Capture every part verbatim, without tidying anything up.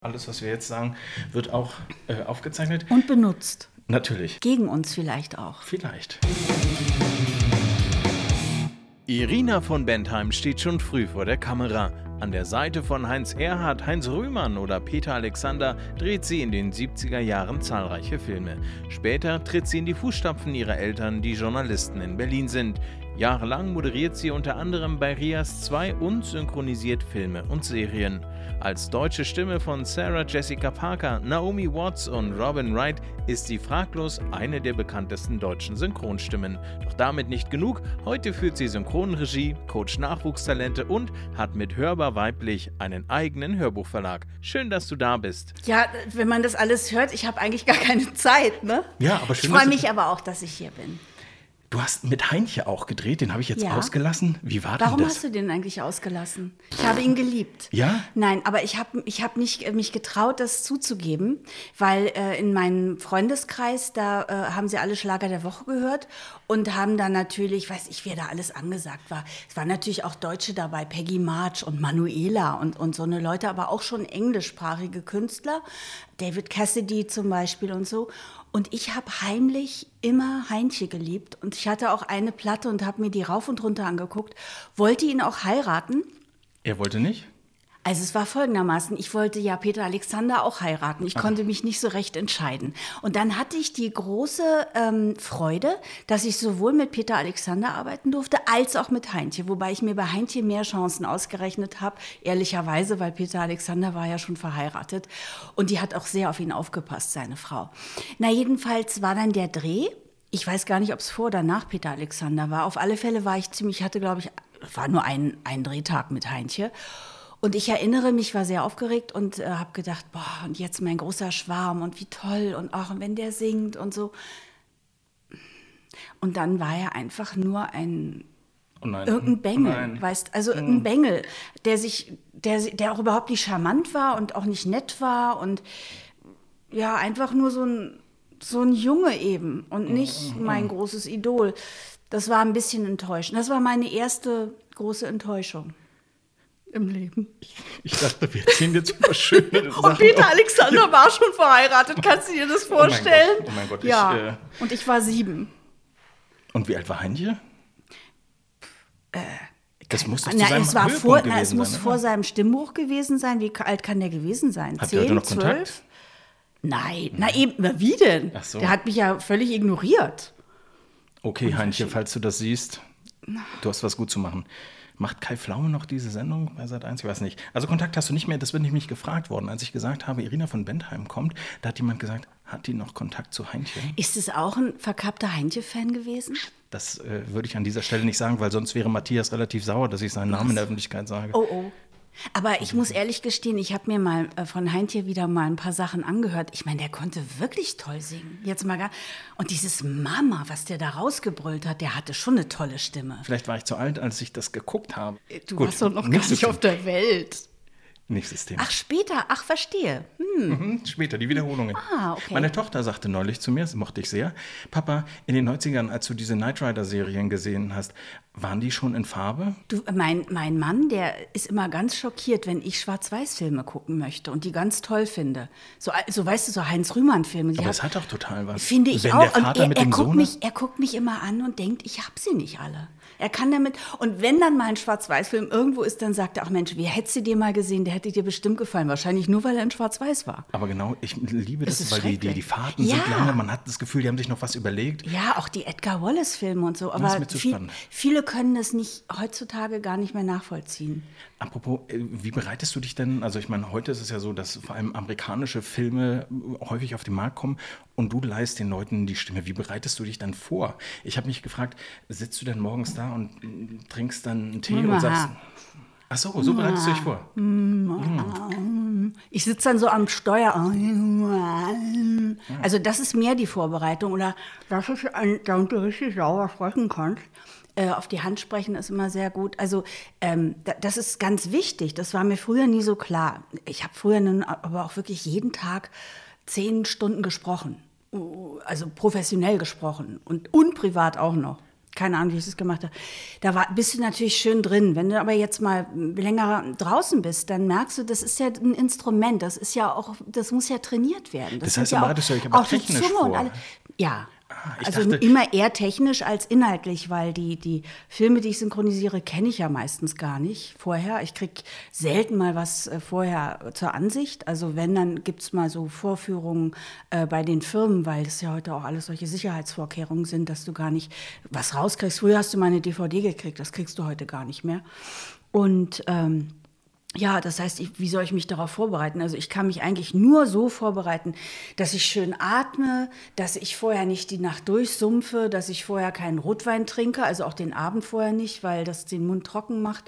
Alles, was wir jetzt sagen, wird auch äh, aufgezeichnet. Und benutzt. Natürlich. Gegen uns vielleicht auch. Vielleicht. Irina von Bentheim steht schon früh vor der Kamera. An der Seite von Heinz Erhardt, Heinz Rühmann oder Peter Alexander dreht sie in den siebziger Jahren zahlreiche Filme. Später tritt sie in die Fußstapfen ihrer Eltern, die Journalisten in Berlin sind. Jahrelang moderiert sie unter anderem bei RIAS zwei und synchronisiert Filme und Serien. Als deutsche Stimme von Sarah Jessica Parker, Naomi Watts und Robin Wright ist sie fraglos eine der bekanntesten deutschen Synchronstimmen. Doch damit nicht genug. Heute führt sie Synchronregie, coacht Nachwuchstalente und hat mit Hörbar Weiblich einen eigenen Hörbuchverlag. Schön, dass du da bist. Ja, wenn man das alles hört, ich habe eigentlich gar keine Zeit, ne? Ja, aber schön. Ich freue mich aber auch, dass ich hier bin. Du hast mit Heinche auch gedreht, den habe ich jetzt Ja. ausgelassen. Wie war Warum denn das? hast du den eigentlich ausgelassen? Ich habe ihn geliebt. Ja? Nein, aber ich habe ich hab nicht äh, mich getraut, das zuzugeben, weil äh, in meinem Freundeskreis, da äh, haben sie alle Schlager der Woche gehört und haben dann natürlich, weiß ich, wer da alles angesagt war. Es waren natürlich auch Deutsche dabei, Peggy March und Manuela und, und so eine Leute, aber auch schon englischsprachige Künstler, David Cassidy zum Beispiel und so. Und ich habe heimlich immer Heinche geliebt. Und ich hatte auch eine Platte und habe mir die rauf und runter angeguckt. Wollte ihn auch heiraten. Er wollte nicht? Also es war folgendermaßen, ich wollte ja Peter Alexander auch heiraten. Ich Ach. konnte mich nicht so recht entscheiden. Und dann hatte ich die große ähm, Freude, dass ich sowohl mit Peter Alexander arbeiten durfte, als auch mit Heinche. Wobei ich mir bei Heinche mehr Chancen ausgerechnet habe, ehrlicherweise, weil Peter Alexander war ja schon verheiratet. Und die hat auch sehr auf ihn aufgepasst, seine Frau. Na jedenfalls war dann der Dreh. Ich weiß gar nicht, ob es vor oder nach Peter Alexander war. Auf alle Fälle war ich ziemlich, hatte glaube ich, war nur ein, ein Drehtag mit Heinche. Und ich erinnere mich, war sehr aufgeregt und äh, habe gedacht, boah, und jetzt mein großer Schwarm und wie toll und auch, und wenn der singt und so. Und dann war er einfach nur ein, Oh nein. irgendein Bengel, Oh nein. weißt, also ein Bengel, der sich, der, der auch überhaupt nicht charmant war und auch nicht nett war und ja, einfach nur so ein, so ein Junge eben und nicht mein großes Idol. Das war ein bisschen enttäuschend. Das war meine erste große Enttäuschung im Leben. Ich dachte, wir erzählen jetzt über schöne Sachen. Und Peter Alexander war schon verheiratet, kannst du dir das vorstellen? Oh mein Gott, oh mein Gott. Ja, Ich, äh, und ich war sieben. Und wie alt war Heinche? Äh, das muss doch zu Na, seinem es war Höhepunkt vor, gewesen na, es muss sein, vor oder? seinem Stimmbruch gewesen sein. Wie alt kann der gewesen sein? Habt ihr heute noch Kontakt? zwölf? Nein, na eben, na wie denn? Ach so. Der hat mich ja völlig ignoriert. Okay, Heinche, falls du das siehst, du hast was gut zu machen. Macht Kai Pflaume noch diese Sendung bei Sat eins? Ich weiß nicht. Also Kontakt hast du nicht mehr, das wird nämlich gefragt worden. Als ich gesagt habe, Irina von Bentheim kommt, da hat jemand gesagt, hat die noch Kontakt zu Heinche? Ist es auch ein verkappter Heinche-Fan gewesen? Das äh, würde ich an dieser Stelle nicht sagen, weil sonst wäre Matthias relativ sauer, dass ich seinen Namen in der Öffentlichkeit sage. Oh, oh. Aber ich muss ehrlich gestehen, ich habe mir mal äh, von Heinche wieder mal ein paar Sachen angehört. Ich meine, der konnte wirklich toll singen. Jetzt mal gar. Und dieses Mama, was der da rausgebrüllt hat, der hatte schon eine tolle Stimme. Vielleicht war ich zu alt, als ich das geguckt habe. Du Gut, warst doch noch gar nächstes nicht auf Thema. der Welt. Nächstes Thema. Ach, später. Ach, verstehe. Hm. Mhm, später, die Wiederholungen. Ah, okay. Meine Tochter sagte neulich zu mir, das mochte ich sehr, Papa, in den neunzigern, als du diese Knight Rider-Serien gesehen hast, waren die schon in Farbe? Du, mein, mein Mann, der ist immer ganz schockiert, wenn ich Schwarz-Weiß-Filme gucken möchte und die ganz toll finde. So, so weißt du, so Heinz-Rühmann-Filme. die Aber hab- es hat doch total was. Finde ich Wenn auch. der Vater Und er, mit er, dem guckt Sohn... mich, er guckt mich immer an und denkt, ich habe sie nicht alle. Er kann damit, und wenn dann mal ein Schwarz-Weiß-Film irgendwo ist, dann sagt er, ach Mensch, wie hättest du dir mal gesehen, der hätte dir bestimmt gefallen. Wahrscheinlich nur, weil er in Schwarz-Weiß war. Aber genau, ich liebe das, Es ist weil die, die, die schrecklich. Fahrten Ja. sind lange, man hat das Gefühl, die haben sich noch was überlegt. Ja, auch die Edgar Wallace-Filme und so. ist Aber mir zu viel, spannend. viele können das nicht heutzutage gar nicht mehr nachvollziehen. Apropos, äh, wie bereitest du dich denn, also ich meine, heute ist es ja so, dass vor allem amerikanische Filme äh, häufig auf den Markt kommen und du leihst den Leuten die Stimme. Wie bereitest du dich dann vor? Ich habe mich gefragt, sitzt du denn morgens da und äh, trinkst dann einen Tee Mama. und sagst, ach so, so bereitest du dich vor? Ich sitze dann so am Steuer. Also das ist mehr die Vorbereitung. Oder das ist ein, damit du richtig sauber sprechen kannst. Äh, auf die Hand sprechen ist immer sehr gut. Also ähm, da, das ist ganz wichtig. Das war mir früher nie so klar. Ich habe früher nun aber auch wirklich jeden Tag zehn Stunden gesprochen. Also professionell gesprochen und, und privat auch noch. keine Ahnung, wie ich das gemacht habe. Da war, bist du natürlich schön drin. Wenn du aber jetzt mal länger draußen bist, dann merkst du, das ist ja ein Instrument. Das ist ja auch, das muss ja trainiert werden. Das, Das heißt, ja du auch, bereitest euch aber auch die technisch Zunge vor. und alle, ja. Ich also dachte, immer eher technisch als inhaltlich, weil die, die Filme, die ich synchronisiere, kenne ich ja meistens gar nicht vorher. Ich kriege selten mal was äh, vorher zur Ansicht. Also wenn, dann gibt es mal so Vorführungen äh, bei den Firmen, weil das ja heute auch alles solche Sicherheitsvorkehrungen sind, dass du gar nicht was rauskriegst. Früher hast du mal eine D V D gekriegt, das kriegst du heute gar nicht mehr. Und ähm, ja, das heißt, ich, wie soll ich mich darauf vorbereiten? Also ich kann mich eigentlich nur so vorbereiten, dass ich schön atme, dass ich vorher nicht die Nacht durchsumpfe, dass ich vorher keinen Rotwein trinke, also auch den Abend vorher nicht, weil das den Mund trocken macht,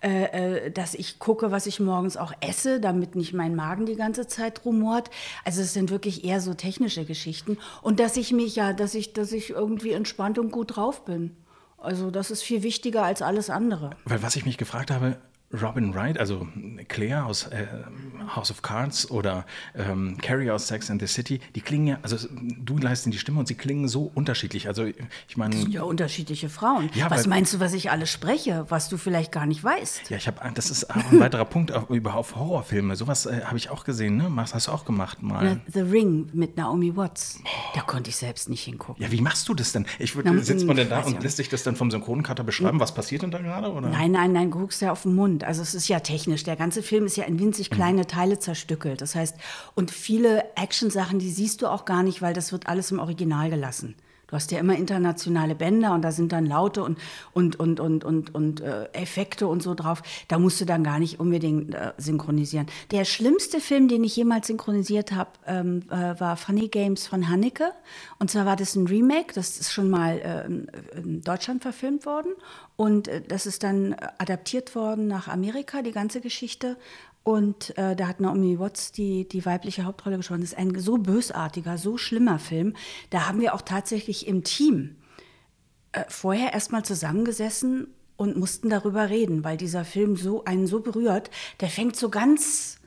äh, äh, dass ich gucke, was ich morgens auch esse, damit nicht mein Magen die ganze Zeit rumort. Also es sind wirklich eher so technische Geschichten. Und dass ich mich ja, dass ich, dass ich irgendwie entspannt und gut drauf bin. Also das ist viel wichtiger als alles andere. Weil was ich mich gefragt habe, Robin Wright, also Claire aus äh, House of Cards oder ähm, Carrie aus Sex and the City, die klingen ja, also du leistest die Stimme und sie klingen so unterschiedlich. Also ich meine, das sind ja unterschiedliche Frauen. Ja, was weil, meinst du, was ich alles spreche, was du vielleicht gar nicht weißt? Ja, ich habe, das ist auch ein weiterer Punkt auch über auf Horrorfilme. Sowas äh, habe ich auch gesehen, ne? Das hast du auch gemacht mal. The Ring mit Naomi Watts. Oh. Da konnte ich selbst nicht hingucken. Ja, wie machst du das denn? Ich würde, sitzt man denn da und lässt sich das dann vom Synchroncutter beschreiben? Was passiert denn da gerade? Oder? Nein, nein, nein, du guckst ja auf den Mund. Also es ist ja technisch. Der ganze Film ist ja in winzig kleine mhm. Teile zerstückelt. Das heißt, und viele Action-Sachen, die siehst du auch gar nicht, weil das wird alles im Original gelassen. Du hast ja immer internationale Bänder und da sind dann Laute und, und, und, und, und, und äh, Effekte und so drauf. Da musst du dann gar nicht unbedingt äh, synchronisieren. Der schlimmste Film, den ich jemals synchronisiert habe, ähm, äh, war Funny Games von Haneke. Und zwar war das ein Remake, das ist schon mal äh, in Deutschland verfilmt worden. Und äh, das ist dann adaptiert worden nach Amerika, die ganze Geschichte. Und äh, da hat Naomi Watts die, die weibliche Hauptrolle gesprochen. Das ist ein so bösartiger, so schlimmer Film. Da haben wir auch tatsächlich im Team äh, vorher erstmal zusammengesessen und mussten darüber reden, weil dieser Film so einen so berührt. Der fängt so ganz,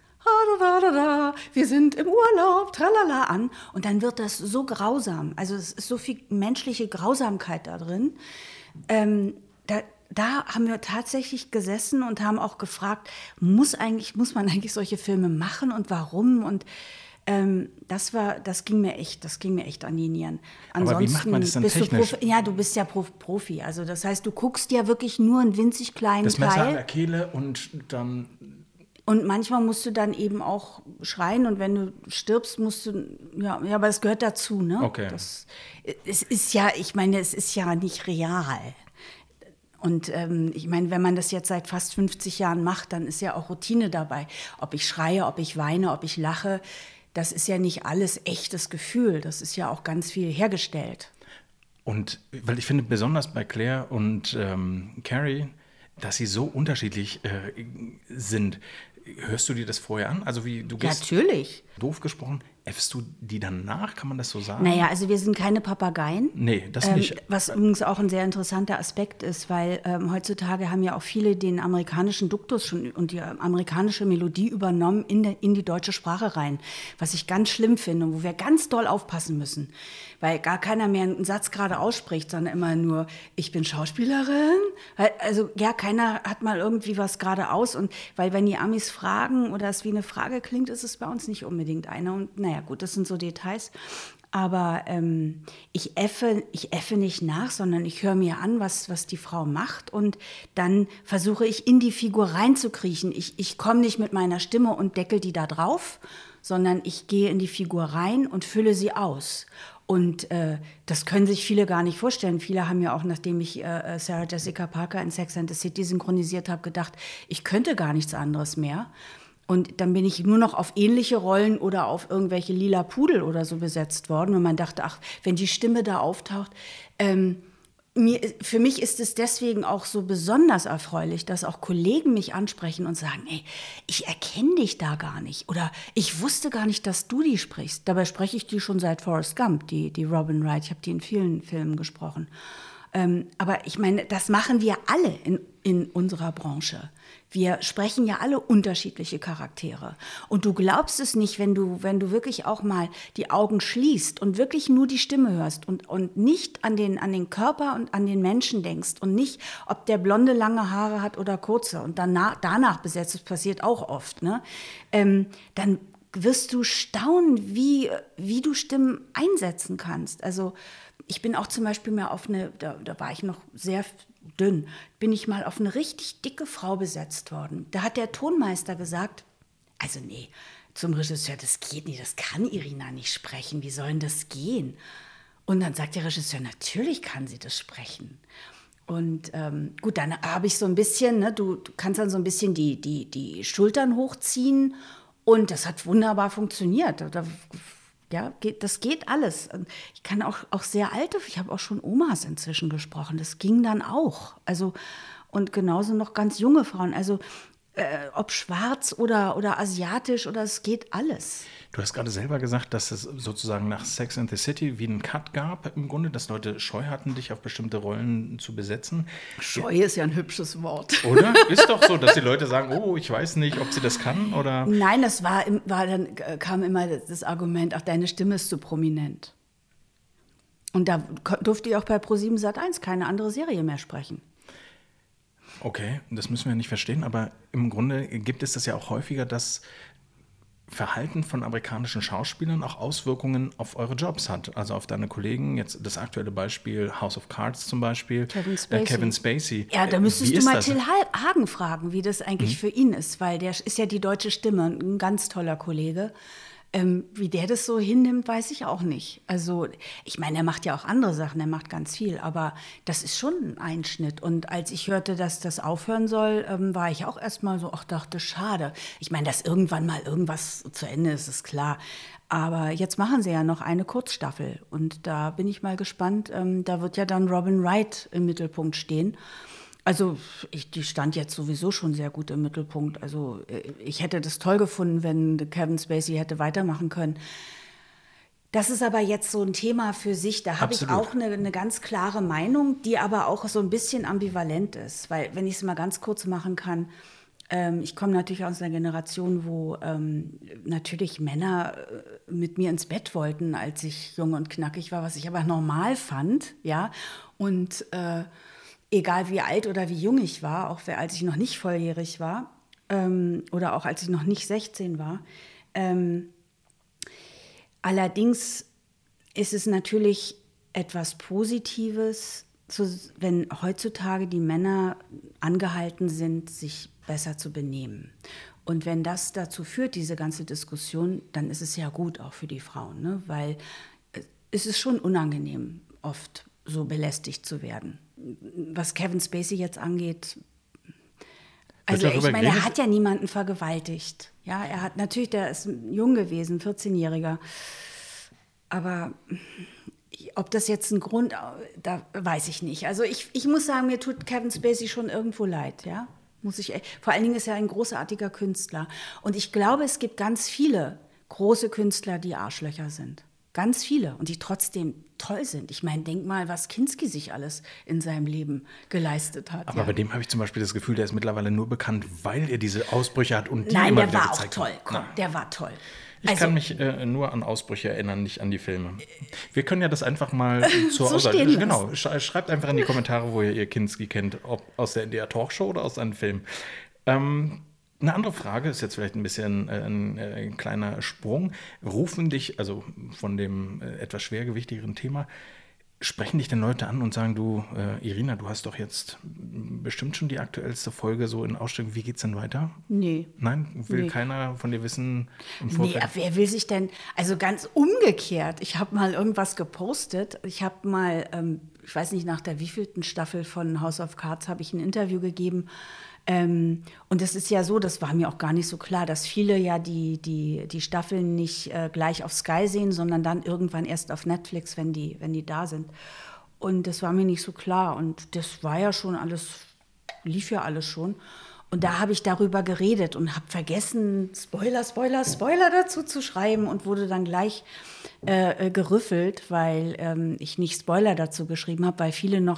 wir sind im Urlaub, tralala an. Und dann wird das so grausam. Also es ist so viel menschliche Grausamkeit da drin. Ähm, da Da haben wir tatsächlich gesessen und haben auch gefragt, muss eigentlich, muss man eigentlich solche Filme machen und warum? Und ähm, das war, das ging mir echt, das ging mir echt an die Nieren. Ansonsten aber wie macht man das dann bist technisch? Du Profi, ja, du bist ja Profi. Also das heißt, du guckst ja wirklich nur einen winzig kleinen das Messer Teil. an der Kehle und dann. Und manchmal musst du dann eben auch schreien und wenn du stirbst, musst du, ja, ja aber es gehört dazu, ne? Okay. Das, es ist ja, ich meine, es ist ja nicht real. Und ähm, ich meine, wenn man das jetzt seit fast fünfzig Jahren macht, dann ist ja auch Routine dabei. Ob ich schreie, ob ich weine, ob ich lache, das ist ja nicht alles echtes Gefühl. Das ist ja auch ganz viel hergestellt. Und weil ich finde, besonders bei Claire und ähm, Carrie, dass sie so unterschiedlich äh, sind. Hörst du dir das vorher an? Also wie du gehst, natürlich. Doof gesprochen, äffst du die dann nach? Kann man das so sagen? Naja, also wir sind keine Papageien. Nee, das ähm, nicht. Was übrigens auch ein sehr interessanter Aspekt ist, weil ähm, heutzutage haben ja auch viele den amerikanischen Duktus schon und die amerikanische Melodie übernommen in, de, in die deutsche Sprache rein. Was ich ganz schlimm finde und wo wir ganz doll aufpassen müssen. Weil gar keiner mehr einen Satz gerade ausspricht, sondern immer nur, ich bin Schauspielerin. Also ja, keiner hat mal irgendwie was gerade aus. Und weil wenn die Amis fragen oder es wie eine Frage klingt, ist es bei uns nicht unbedingt eine. Und naja, gut, das sind so Details. Aber ähm, ich äffe, ich äffe nicht nach, sondern ich höre mir an, was, was die Frau macht. Und dann versuche ich, in die Figur reinzukriechen. Ich, ich komme nicht mit meiner Stimme und deckel die da drauf, sondern ich gehe in die Figur rein und fülle sie aus. Und äh, das können sich viele gar nicht vorstellen. Viele haben ja auch, nachdem ich äh, Sarah Jessica Parker in Sex and the City synchronisiert habe, gedacht, ich könnte gar nichts anderes mehr. Und dann bin ich nur noch auf ähnliche Rollen oder auf irgendwelche lila Pudel oder so besetzt worden. Und man dachte, ach, wenn die Stimme da auftaucht. Ähm, mir, für mich ist es deswegen auch so besonders erfreulich, dass auch Kollegen mich ansprechen und sagen, ey, ich erkenne dich da gar nicht. Oder ich wusste gar nicht, dass du die sprichst. Dabei spreche ich die schon seit Forrest Gump, die, die Robin Wright. Ich habe die in vielen Filmen gesprochen. Ähm, aber ich meine, das machen wir alle in in unserer Branche. Wir sprechen ja alle unterschiedliche Charaktere. Und du glaubst es nicht, wenn du, wenn du wirklich auch mal die Augen schließt und wirklich nur die Stimme hörst und, und nicht an den, an den Körper und an den Menschen denkst und nicht, ob der blonde lange Haare hat oder kurze und danach, danach besetzt, das passiert auch oft, ne? Ähm, dann wirst du staunen, wie, wie du Stimmen einsetzen kannst. Also ich bin auch zum Beispiel mal auf eine, da, da war ich noch sehr dünn, bin ich mal auf eine richtig dicke Frau besetzt worden. Da hat der Tonmeister gesagt, also nee, zum Regisseur, das geht nicht, das kann Irina nicht sprechen, wie soll denn das gehen? Und dann sagt der Regisseur, natürlich kann sie das sprechen. Und ähm, gut, dann habe ich so ein bisschen, ne, du, du kannst dann so ein bisschen die, die, die Schultern hochziehen und das hat wunderbar funktioniert. Da, Ja, geht, das geht alles. Ich kann auch, auch sehr alte, ich habe auch schon Omas inzwischen gesprochen, das ging dann auch. Also, und genauso noch ganz junge Frauen, also äh, ob schwarz oder, oder asiatisch, oder es geht alles. Du hast gerade selber gesagt, dass es sozusagen nach Sex and the City wie einen Cut gab im Grunde, dass Leute Scheu hatten, dich auf bestimmte Rollen zu besetzen. Scheu ist ja ein hübsches Wort. Oder? Ist doch so, dass die Leute sagen, oh, ich weiß nicht, ob sie das kann, oder? Nein, das war, war dann kam immer das Argument, ach, deine Stimme ist zu prominent. Und da durfte ich auch bei ProSieben Sat eins keine andere Serie mehr sprechen. Okay, das müssen wir nicht verstehen, aber im Grunde gibt es das ja auch häufiger, dass Verhalten von amerikanischen Schauspielern auch Auswirkungen auf eure Jobs hat. Also auf deine Kollegen, jetzt das aktuelle Beispiel House of Cards zum Beispiel. Kevin Spacey. Äh, Kevin Spacey. Ja, da müsstest Wie du mal das? Till Hagen fragen, wie das eigentlich mhm. für ihn ist, weil der ist ja die deutsche Stimme, ein ganz toller Kollege. Ähm, wie der das so hinnimmt, weiß ich auch nicht. Also ich meine, er macht ja auch andere Sachen, er macht ganz viel, aber das ist schon ein Einschnitt. Und als ich hörte, dass das aufhören soll, ähm, war ich auch erst mal so, ach, dachte, schade. Ich meine, dass irgendwann mal irgendwas zu Ende ist, ist klar. Aber jetzt machen sie ja noch eine Kurzstaffel und da bin ich mal gespannt. Ähm, da wird ja dann Robin Wright im Mittelpunkt stehen. Also ich, die stand jetzt sowieso schon sehr gut im Mittelpunkt. Also ich hätte das toll gefunden, wenn Kevin Spacey hätte weitermachen können. Das ist aber jetzt so ein Thema für sich. Da habe ich auch eine, eine ganz klare Meinung, die aber auch so ein bisschen ambivalent ist. Weil, wenn ich es mal ganz kurz machen kann, ähm, ich komme natürlich aus einer Generation, wo ähm, natürlich Männer äh, mit mir ins Bett wollten, als ich jung und knackig war, was ich aber normal fand. Ja? Und äh, egal wie alt oder wie jung ich war, auch als ich noch nicht volljährig war ähm, oder auch als ich noch nicht sechzehn war. Ähm, allerdings ist es natürlich etwas Positives, zu, wenn heutzutage die Männer angehalten sind, sich besser zu benehmen. Und wenn das dazu führt, diese ganze Diskussion, dann ist es ja gut auch für die Frauen, ne? Weil es ist schon unangenehm, oft so belästigt zu werden. Was Kevin Spacey jetzt angeht, also ich meine, er hat ja niemanden vergewaltigt. Ja, er hat natürlich, der ist jung gewesen, vierzehnjähriger. Aber ob das jetzt ein Grund, da weiß ich nicht. Also ich, ich muss sagen, mir tut Kevin Spacey schon irgendwo leid, ja. Muss ich, vor allen Dingen ist er ein großartiger Künstler. Und ich glaube, es gibt ganz viele große Künstler, die Arschlöcher sind. Ganz viele und die trotzdem toll sind. Ich meine, denk mal, was Kinski sich alles in seinem Leben geleistet hat. Aber ja. bei dem habe ich zum Beispiel das Gefühl, der ist mittlerweile nur bekannt, weil er diese Ausbrüche hat und die Nein, immer der wieder war auch gezeigt toll. hat. Komm, der war toll. Ich also, kann mich äh, nur an Ausbrüche erinnern, nicht an die Filme. Wir können ja das einfach mal zur so Aussage. stehen Genau, schreibt einfach in die Kommentare, wo ihr, ihr Kinski kennt, ob aus der N D R Talkshow oder aus einem Film. Ähm, Eine andere Frage ist jetzt vielleicht ein bisschen äh, ein, äh, ein kleiner Sprung. Rufen dich, also von dem äh, etwas schwergewichtigeren Thema, sprechen dich denn Leute an und sagen, du, äh, Irina, du hast doch jetzt bestimmt schon die aktuellste Folge so in Ausstellung. Wie geht's denn weiter? Nee. Nein? Will Nee. keiner von dir wissen im Nee, Vorfeld? wer will sich denn, also ganz umgekehrt. Ich habe mal irgendwas gepostet. Ich habe mal, ähm, ich weiß nicht, nach der wievielten Staffel von House of Cards habe ich ein Interview gegeben. Ähm, und es ist ja so, das war mir auch gar nicht so klar, dass viele ja die, die, die Staffeln nicht äh, gleich auf Sky sehen, sondern dann irgendwann erst auf Netflix, wenn die, wenn die da sind. Und das war mir nicht so klar. Und das war ja schon alles, lief ja alles schon. Und da habe ich darüber geredet und habe vergessen, Spoiler, Spoiler, Spoiler dazu zu schreiben und wurde dann gleich äh, gerüffelt, weil ähm, ich nicht Spoiler dazu geschrieben habe, weil viele noch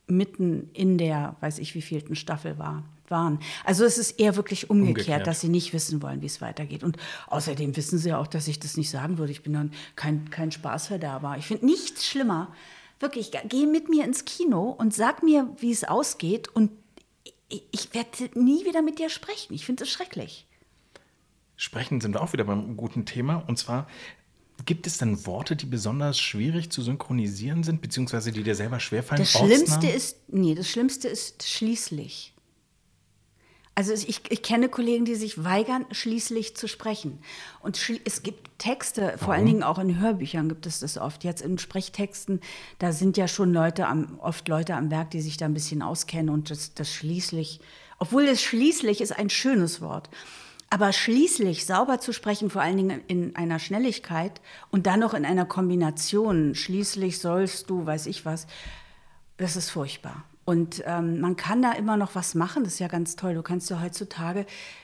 mitten in der, weiß ich wievielten Staffel war, waren. Also es ist eher wirklich umgekehrt, Umgekehrt. dass sie nicht wissen wollen, wie es weitergeht. Und außerdem wissen sie ja auch, dass ich das nicht sagen würde. Ich bin dann kein, kein Spaßverderber. Ich finde nichts schlimmer. Wirklich, geh mit mir ins Kino und sag mir, wie es ausgeht. Und ich, ich werde nie wieder mit dir sprechen. Ich finde es schrecklich. Sprechen sind wir auch wieder beim guten Thema. Und zwar, gibt es dann Worte, die besonders schwierig zu synchronisieren sind, beziehungsweise die dir selber schwerfallen? Das Schlimmste ist, nee, das Schlimmste ist schließlich. Also ich, ich kenne Kollegen, die sich weigern, schließlich zu sprechen. Und schli- es gibt Texte, vor allen Dingen auch in Hörbüchern gibt es das oft. Jetzt in Sprechtexten, da sind ja schon Leute am, oft Leute am Werk, die sich da ein bisschen auskennen. Und das, das schließlich, obwohl das schließlich ist ein schönes Wort. Aber schließlich sauber zu sprechen, vor allen Dingen in einer Schnelligkeit und dann noch in einer Kombination, schließlich sollst du, weiß ich was, das ist furchtbar. Und ähm, man kann da immer noch was machen, das ist ja ganz toll. Du kannst ja heutzutage,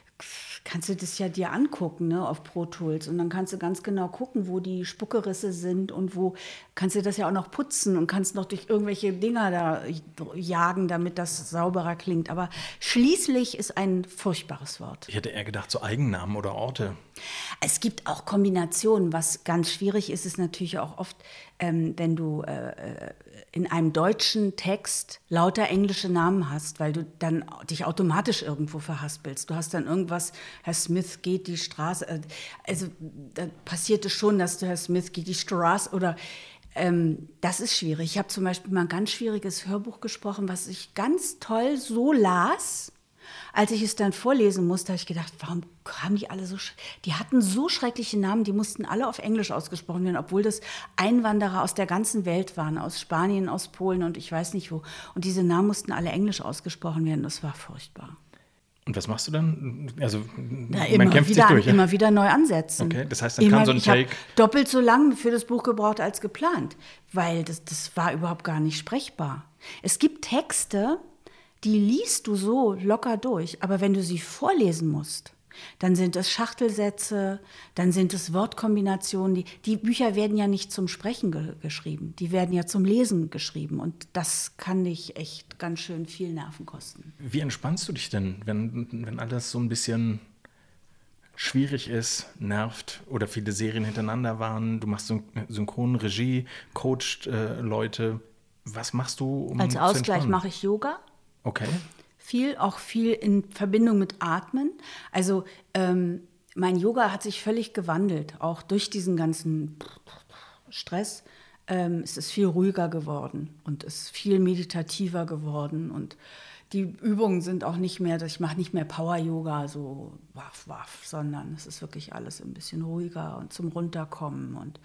kannst du das ja dir angucken, ne, auf Pro Tools. Und dann kannst du ganz genau gucken, wo die Spuckerisse sind und wo kannst du das ja auch noch putzen und kannst noch durch irgendwelche Dinger da jagen, damit das sauberer klingt. Aber schließlich ist ein furchtbares Wort. Ich hätte eher gedacht, so Eigennamen oder Orte. Es gibt auch Kombinationen. Was ganz schwierig ist, ist natürlich auch oft, ähm, wenn du äh, in einem deutschen Text lauter englische Namen hast, weil du dann dich automatisch irgendwo verhaspelst. Du hast dann irgendwas, Herr Smith geht die Straße. Äh, also da passiert es schon, dass du Herr Smith geht die Straße oder ähm, das ist schwierig. Ich habe zum Beispiel mal ein ganz schwieriges Hörbuch gesprochen, was ich ganz toll so las. Als ich es dann vorlesen musste, habe ich gedacht, warum haben die alle so, sch- die hatten so schreckliche Namen, die mussten alle auf Englisch ausgesprochen werden, obwohl das Einwanderer aus der ganzen Welt waren, aus Spanien, aus Polen und ich weiß nicht wo. Und diese Namen mussten alle Englisch ausgesprochen werden, das war furchtbar. Und was machst du dann? Also Na, man immer kämpft wieder, sich durch. Ja? immer wieder neu ansetzen. Okay, das heißt, dann immer, kam so ein ich habe Take. doppelt so lang für das Buch gebraucht als geplant, weil das, das war überhaupt gar nicht sprechbar. Es gibt Texte, die liest du so locker durch, aber wenn du sie vorlesen musst, dann sind es Schachtelsätze, dann sind es Wortkombinationen. Die, die Bücher werden ja nicht zum Sprechen ge- geschrieben, die werden ja zum Lesen geschrieben und das kann dich echt ganz schön viel Nerven kosten. Wie entspannst du dich denn, wenn, wenn alles so ein bisschen schwierig ist, nervt oder viele Serien hintereinander waren, du machst Syn- Synchron, Regie, coacht äh, Leute. Was machst du, um Als zu Ausgleich entspannen? mache ich Yoga. Okay. Viel, auch viel in Verbindung mit Atmen. Also ähm, mein Yoga hat sich völlig gewandelt, auch durch diesen ganzen Stress. Ähm, es ist viel ruhiger geworden und es ist viel meditativer geworden. Und die Übungen sind auch nicht mehr, ich mache nicht mehr Power-Yoga, so waff, waff, sondern es ist wirklich alles ein bisschen ruhiger und zum Runterkommen. Und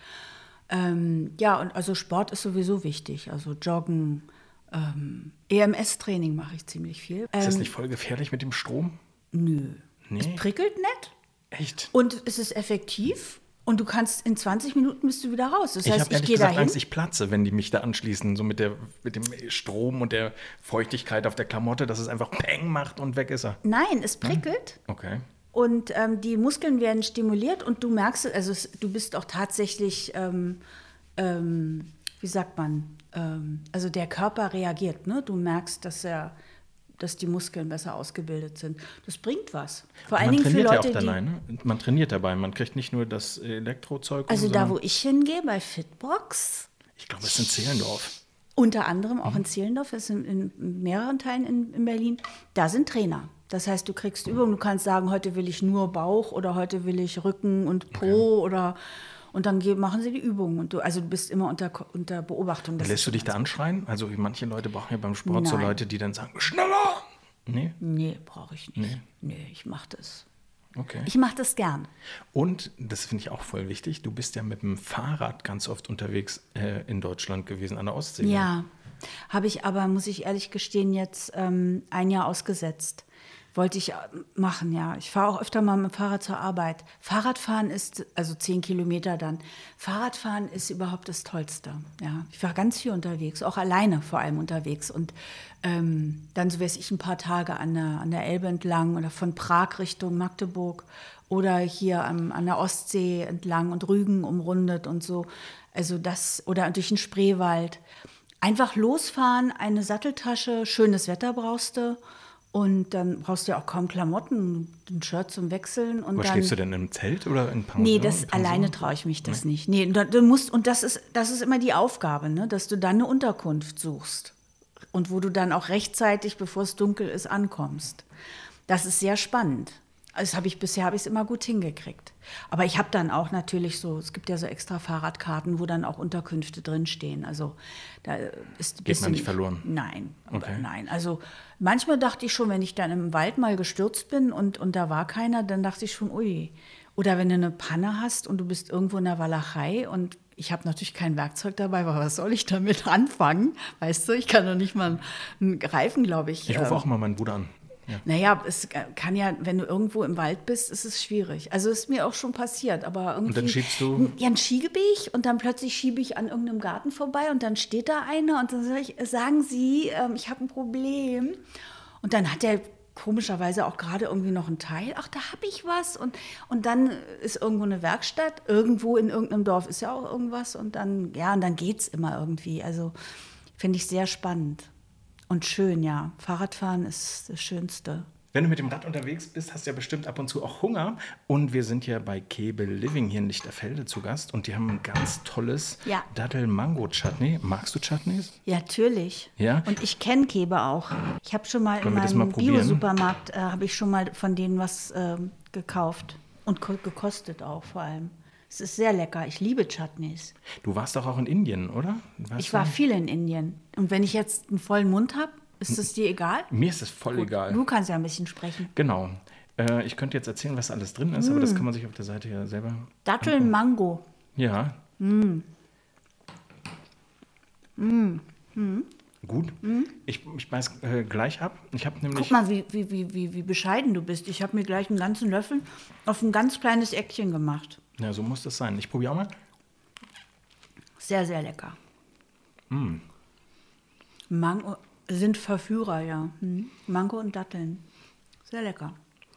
ähm, ja, und also Sport ist sowieso wichtig, also Joggen. Ähm, E M S-Training mache ich ziemlich viel. Ist das Ähm, nicht voll gefährlich mit dem Strom? Nö. Nee. Es prickelt nett Echt? und es ist effektiv und du kannst in zwanzig Minuten bist du wieder raus. Das Ich heißt, habe ich ehrlich gehe gesagt dahin. Angst, ich platze, wenn die mich da anschließen, so mit, der, mit dem Strom und der Feuchtigkeit auf der Klamotte, dass es einfach Peng macht und weg ist er. Nein, es prickelt Okay. und ähm, die Muskeln werden stimuliert und du merkst, also es, du bist auch tatsächlich, ähm, ähm, wie sagt man, ähm, also der Körper reagiert. Ne? Du merkst, dass er dass die Muskeln besser ausgebildet sind. Das bringt was. Vor allen Man Dingen für trainiert Leute, ja auch die... dabei, ne? Man trainiert dabei. Man kriegt nicht nur das Elektrozeug. Also um, da, sondern- wo ich hingehe, bei Fitbox, Ich glaube, es ist in Zehlendorf. unter anderem Mhm. auch in Zehlendorf, das ist in, in mehreren Teilen in, in Berlin, da sind Trainer. Das heißt, du kriegst Übungen, du kannst sagen, heute will ich nur Bauch oder heute will ich Rücken und Po oder und dann ge- machen sie die Übungen. Und du, also du bist immer unter, Ko- unter Beobachtung. Das Lässt ist du dich ganz da anschreien? Also manche Leute brauchen ja beim Sport so Nein. Leute, die dann sagen, schneller! Nee? Nee, brauche ich nicht. Nee. Nee, ich mache das. Okay. Ich mache das gern. Und, das finde ich auch voll wichtig, du bist ja mit dem Fahrrad ganz oft unterwegs äh, in Deutschland gewesen, an der Ostsee. Ja, habe ich aber, muss ich ehrlich gestehen, jetzt ähm, ein Jahr ausgesetzt. Wollte ich äh, machen, ja. Ich fahre auch öfter mal mit dem Fahrrad zur Arbeit. Fahrradfahren ist, also zehn Kilometer dann, Fahrradfahren ist überhaupt das Tollste. Ja. Ich war ganz viel unterwegs, auch alleine vor allem unterwegs. Und ähm, dann so weiß ich ein paar Tage an der, an der Elbe entlang oder von Prag Richtung Magdeburg oder hier am, an der Ostsee entlang und Rügen umrundet und so. Also das, oder durch den Spreewald. Einfach losfahren, eine Satteltasche, schönes Wetter brauchst du. Und dann brauchst du ja auch kaum Klamotten, ein Shirt zum Wechseln. Und Wo dann, schläfst du denn, im Zelt oder in Pension? Nee, das Pension? alleine traue ich mich das nee. nicht. Nee, du, du musst, und das ist, das ist immer die Aufgabe, ne? Dass du dann eine Unterkunft suchst. Und wo du dann auch rechtzeitig, bevor es dunkel ist, ankommst. Das ist sehr spannend. Das habe ich bisher habe ich es immer gut hingekriegt. Aber ich habe dann auch natürlich so, es gibt ja so extra Fahrradkarten, wo dann auch Unterkünfte drinstehen. Also da ist ein Geht bisschen, man nicht verloren? Nein, Okay. nein. Also manchmal dachte ich schon, wenn ich dann im Wald mal gestürzt bin und, und da war keiner, dann dachte ich schon, ui. Oder wenn du eine Panne hast und du bist irgendwo in der Walachei und ich habe natürlich kein Werkzeug dabei, aber was soll ich damit anfangen? Weißt du, ich kann doch nicht mal einen Reifen, glaube ich. Ich rufe ähm, auch mal meinen Bruder an. Ja. Naja, es kann ja, wenn du irgendwo im Wald bist, ist es schwierig. Also ist mir auch schon passiert, aber irgendwie... Und dann schiebst du? Ja, dann schiebe ich und dann plötzlich schiebe ich an irgendeinem Garten vorbei und dann steht da einer und dann sag ich, sagen Sie, ähm, ich habe ein Problem. Und dann hat der komischerweise auch gerade irgendwie noch ein Teil. Ach, da habe ich was. Und, und dann ist irgendwo eine Werkstatt. Irgendwo in irgendeinem Dorf ist ja auch irgendwas. Und dann, ja, und dann geht's immer irgendwie. Also finde ich sehr spannend. Und schön, ja. Fahrradfahren ist das Schönste. Wenn du mit dem Rad unterwegs bist, hast du ja bestimmt ab und zu auch Hunger. Und wir sind ja bei Kebe Living hier in Lichterfelde zu Gast. Und die haben ein ganz tolles Ja. Dattel-Mango-Chutney. Magst du Chutneys? Ja, natürlich. Ja? Und ich kenne Kebe auch. Ich habe schon mal Wollen wir in das mal meinem probieren? Bio-Supermarkt, äh, habe ich schon mal von denen was ähm, gekauft. Und ko- gekostet auch vor allem. Es ist sehr lecker. Ich liebe Chutneys. Du warst doch auch in Indien, oder? Warst Ich war du? viel in Indien. Und wenn ich jetzt einen vollen Mund habe, ist es dir egal? Mir ist es voll egal. Du kannst ja ein bisschen sprechen. Genau. Äh, ich könnte jetzt erzählen, was alles drin ist, aber das kann man sich auf der Seite ja selber... Datteln, Mango. Ja. Gut. Ich, ich beiß äh, gleich ab. Ich habe nämlich... Guck mal, wie, wie, wie, wie, wie bescheiden du bist. Ich habe mir gleich einen ganzen Löffel auf ein ganz kleines Eckchen gemacht. Ja, so muss das sein. Ich probiere auch mal. Sehr, sehr lecker. Mango sind Verführer, ja. Hm. Mango und Datteln. Sehr lecker.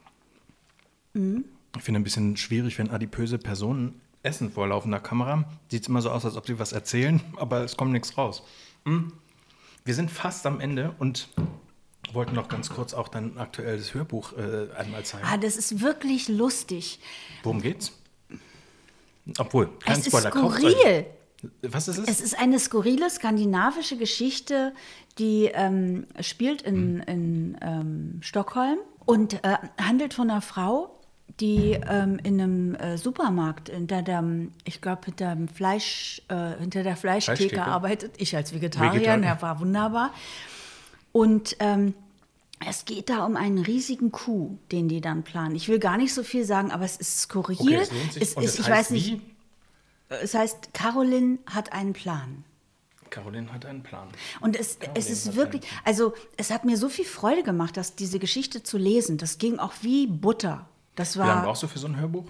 Ich finde ein bisschen schwierig, wenn adipöse Personen essen vor laufender Kamera. Sieht es immer so aus, als ob sie was erzählen, aber es kommt nichts raus. Mm. Wir sind fast am Ende und wollten noch ganz kurz auch dein aktuelles Hörbuch äh, einmal zeigen. Ah, das ist wirklich lustig. Worum geht's? Obwohl, kein Es ist Spoiler. kauft's skurril. euch. Was ist es? Es ist eine skurrile skandinavische Geschichte, die ähm, spielt in, in ähm, Stockholm und äh, handelt von einer Frau, die ähm, in einem äh, Supermarkt hinter dem, ich glaube, hinter dem Fleisch, äh, hinter der Fleischtheke, Fleischtheke. arbeitet. Ich als Vegetarierin, Vegetarier. der war wunderbar. Und ähm, es geht da um einen riesigen Coup, den die dann planen. Ich will gar nicht so viel sagen, aber es ist skurril. Okay, es lohnt sich. Es Und ist, es ich heißt weiß nicht. wie? Es heißt, Caroline hat einen Plan. Caroline hat einen Plan. Und es, Caroline es ist hat wirklich, also es hat mir so viel Freude gemacht, dass diese Geschichte zu lesen. Das ging auch wie Butter. Das Wie lange war, brauchst du für so ein Hörbuch?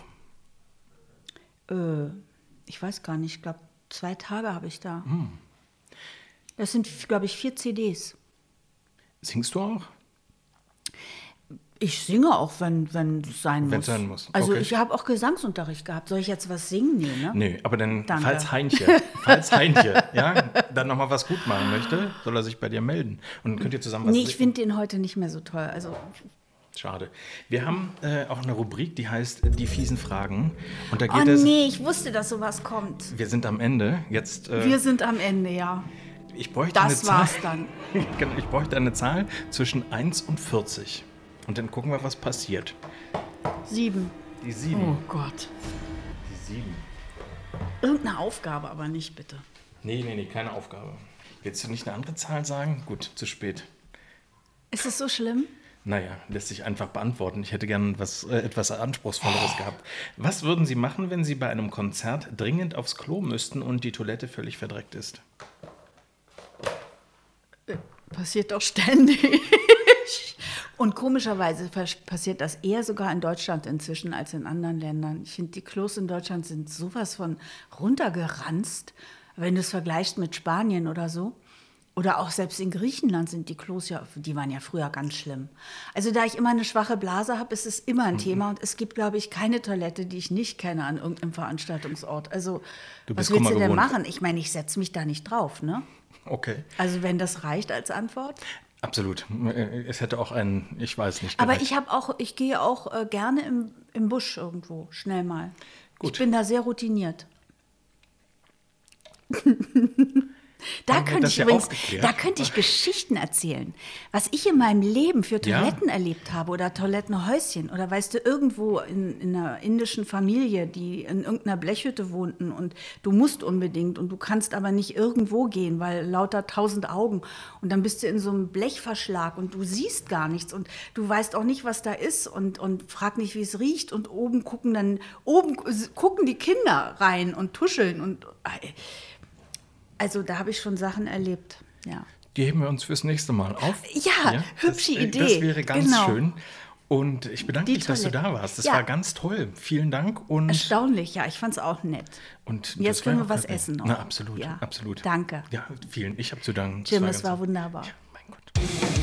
äh, ich weiß gar nicht, ich glaube, zwei Tage habe ich da. Hm. Das sind, glaube ich, vier C Ds. Singst du auch? Ich singe auch, wenn wenn es sein Wenn muss. es sein muss. Also Okay. ich habe auch Gesangsunterricht gehabt. Soll ich jetzt was singen? Nee, ne? Nee, aber dann, Danke. falls Heinche, falls Heinche, ja, dann nochmal was gut machen möchte, soll er sich bei dir melden. Und dann könnt ihr zusammen was Nee, ich singen. finde den heute nicht mehr so toll. Also Schade. Wir haben äh, auch eine Rubrik, die heißt Die fiesen Fragen. Und da oh geht es, nee, ich wusste, dass sowas kommt. wir sind am Ende. Jetzt, äh, Wir sind am Ende, ja. ich bräuchte Das eine war's Zahl. dann. Genau, ich bräuchte eine Zahl zwischen eins und vierzig. Und dann gucken wir, was passiert. Sieben. Die sieben. Oh Gott. Die sieben. Irgendeine Aufgabe, aber nicht bitte. Nee, nee, nee, keine Aufgabe. Willst du nicht eine andere Zahl sagen? Gut, zu spät. Ist es so schlimm? Naja, lässt sich einfach beantworten. Ich hätte gern was, äh, etwas Anspruchsvolleres gehabt. Was würden Sie machen, wenn Sie bei einem Konzert dringend aufs Klo müssten und die Toilette völlig verdreckt ist? Passiert doch ständig. Und komischerweise pas- passiert das eher sogar in Deutschland inzwischen als in anderen Ländern. Ich finde, die Klos in Deutschland sind sowas von runtergeranzt, wenn du es vergleichst mit Spanien oder so. Oder auch selbst in Griechenland sind die Klos ja, die waren ja früher ganz schlimm. Also da ich immer eine schwache Blase habe, ist es immer ein mhm. Thema. Und es gibt, glaube ich, keine Toilette, die ich nicht kenne an irgendeinem Veranstaltungsort. Also du bist was willst du denn gewohnt. machen? Ich meine, ich setze mich da nicht drauf, ne? Okay. Also wenn das reicht als Antwort. Absolut. Es hätte auch ein, ich weiß nicht. Aber ich habe auch, ich gehe auch äh, gerne im, im Busch irgendwo, schnell mal. Gut. Ich bin da sehr routiniert. Da könnte ich ja übrigens, da könnte ich Geschichten erzählen, was ich in meinem Leben für Toiletten ja. erlebt habe oder Toilettenhäuschen oder weißt du, irgendwo in, in einer indischen Familie, die in irgendeiner Blechhütte wohnten und du musst unbedingt und du kannst aber nicht irgendwo gehen, weil lauter tausend Augen und dann bist du in so einem Blechverschlag und du siehst gar nichts und du weißt auch nicht, was da ist und, und frag nicht, wie es riecht und oben gucken dann, oben gucken die Kinder rein und tuscheln und also da habe ich schon Sachen erlebt, ja. Die heben wir uns fürs nächste Mal auf. Ja, ja hübsche das, Idee. Das wäre ganz genau. schön. Und ich bedanke Die mich, dass du da warst. Das ja. war ganz toll. Vielen Dank. Und erstaunlich, ja, ich fand es auch nett. Und jetzt können wir was perfekt. essen noch. Na, absolut, ja. absolut. Danke. Ja, vielen. Ich habe zu danken. Jim, es war, war wunderbar. Ja, mein Gott.